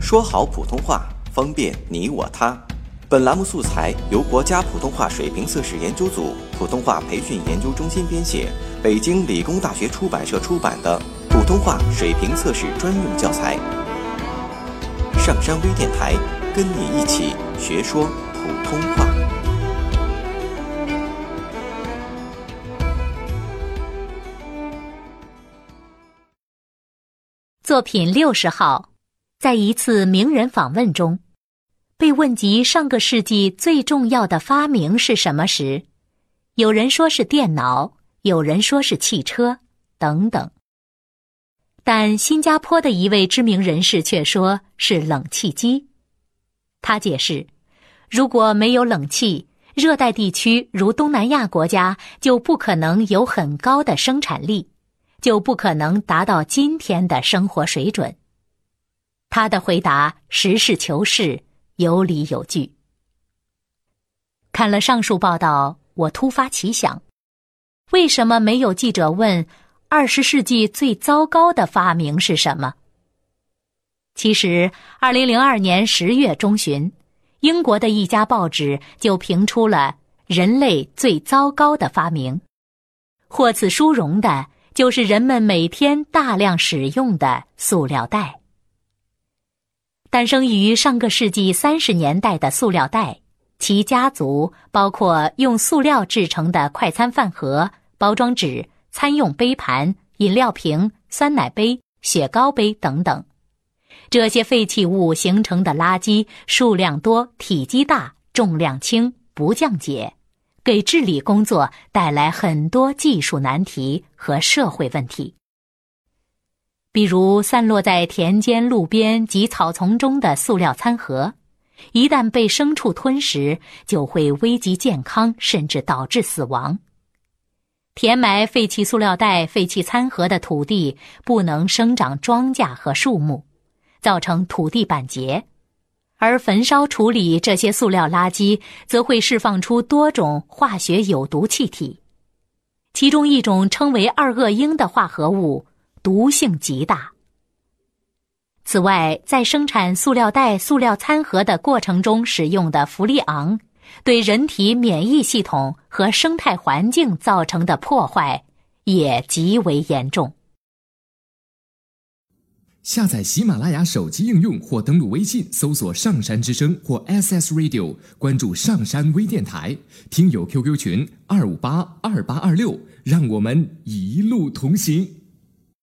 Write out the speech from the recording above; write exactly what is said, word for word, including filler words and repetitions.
说好普通话，方便你我他。本栏目素材由国家普通话水平测试研究组普通话培训研究中心编写，北京理工大学出版社出版的普通话水平测试专用教材。上山微电台，跟你一起学说普通话。 作品六十号，在一次名人访问中，被问及上个世纪最重要的发明是什么时，有人说是电脑，有人说是汽车，等等。但新加坡的一位知名人士却说是冷气机。他解释，如果没有冷气，热带地区如东南亚国家就不可能有很高的生产力，就不可能达到今天的生活水准。他的回答实事求是，有理有据。看了上述报道，我突发奇想，为什么没有记者问二十世纪最糟糕的发明是什么？其实二零零二年十月中旬，英国的一家报纸就评出了人类最糟糕的发明，获此殊荣的就是人们每天大量使用的塑料袋。诞生于上个世纪三十年代的塑料袋，其家族包括用塑料制成的快餐饭盒、包装纸、餐用杯盘、饮料瓶、酸奶杯、雪糕杯等等。这些废弃物形成的垃圾数量多、体积大、重量轻、不降解，给治理工作带来很多技术难题和社会问题。比如散落在田间、路边及草丛中的塑料餐盒，一旦被牲畜吞食，就会危及健康，甚至导致死亡。填埋废弃塑料袋、废弃餐盒的土地不能生长庄稼和树木，造成土地板结，而焚烧处理这些塑料垃圾则会释放出多种化学有毒气体，其中一种称为二恶英的化合物毒性极大。此外，在生产塑料袋、塑料餐盒的过程中使用的氟利昂，对人体免疫系统和生态环境造成的破坏也极为严重。 下载喜马拉雅手机应用或登录微信搜索上山之声或 S S Radio， 关注上山微电台，听友 Q Q 群二五八二八二六，让我们一路同行。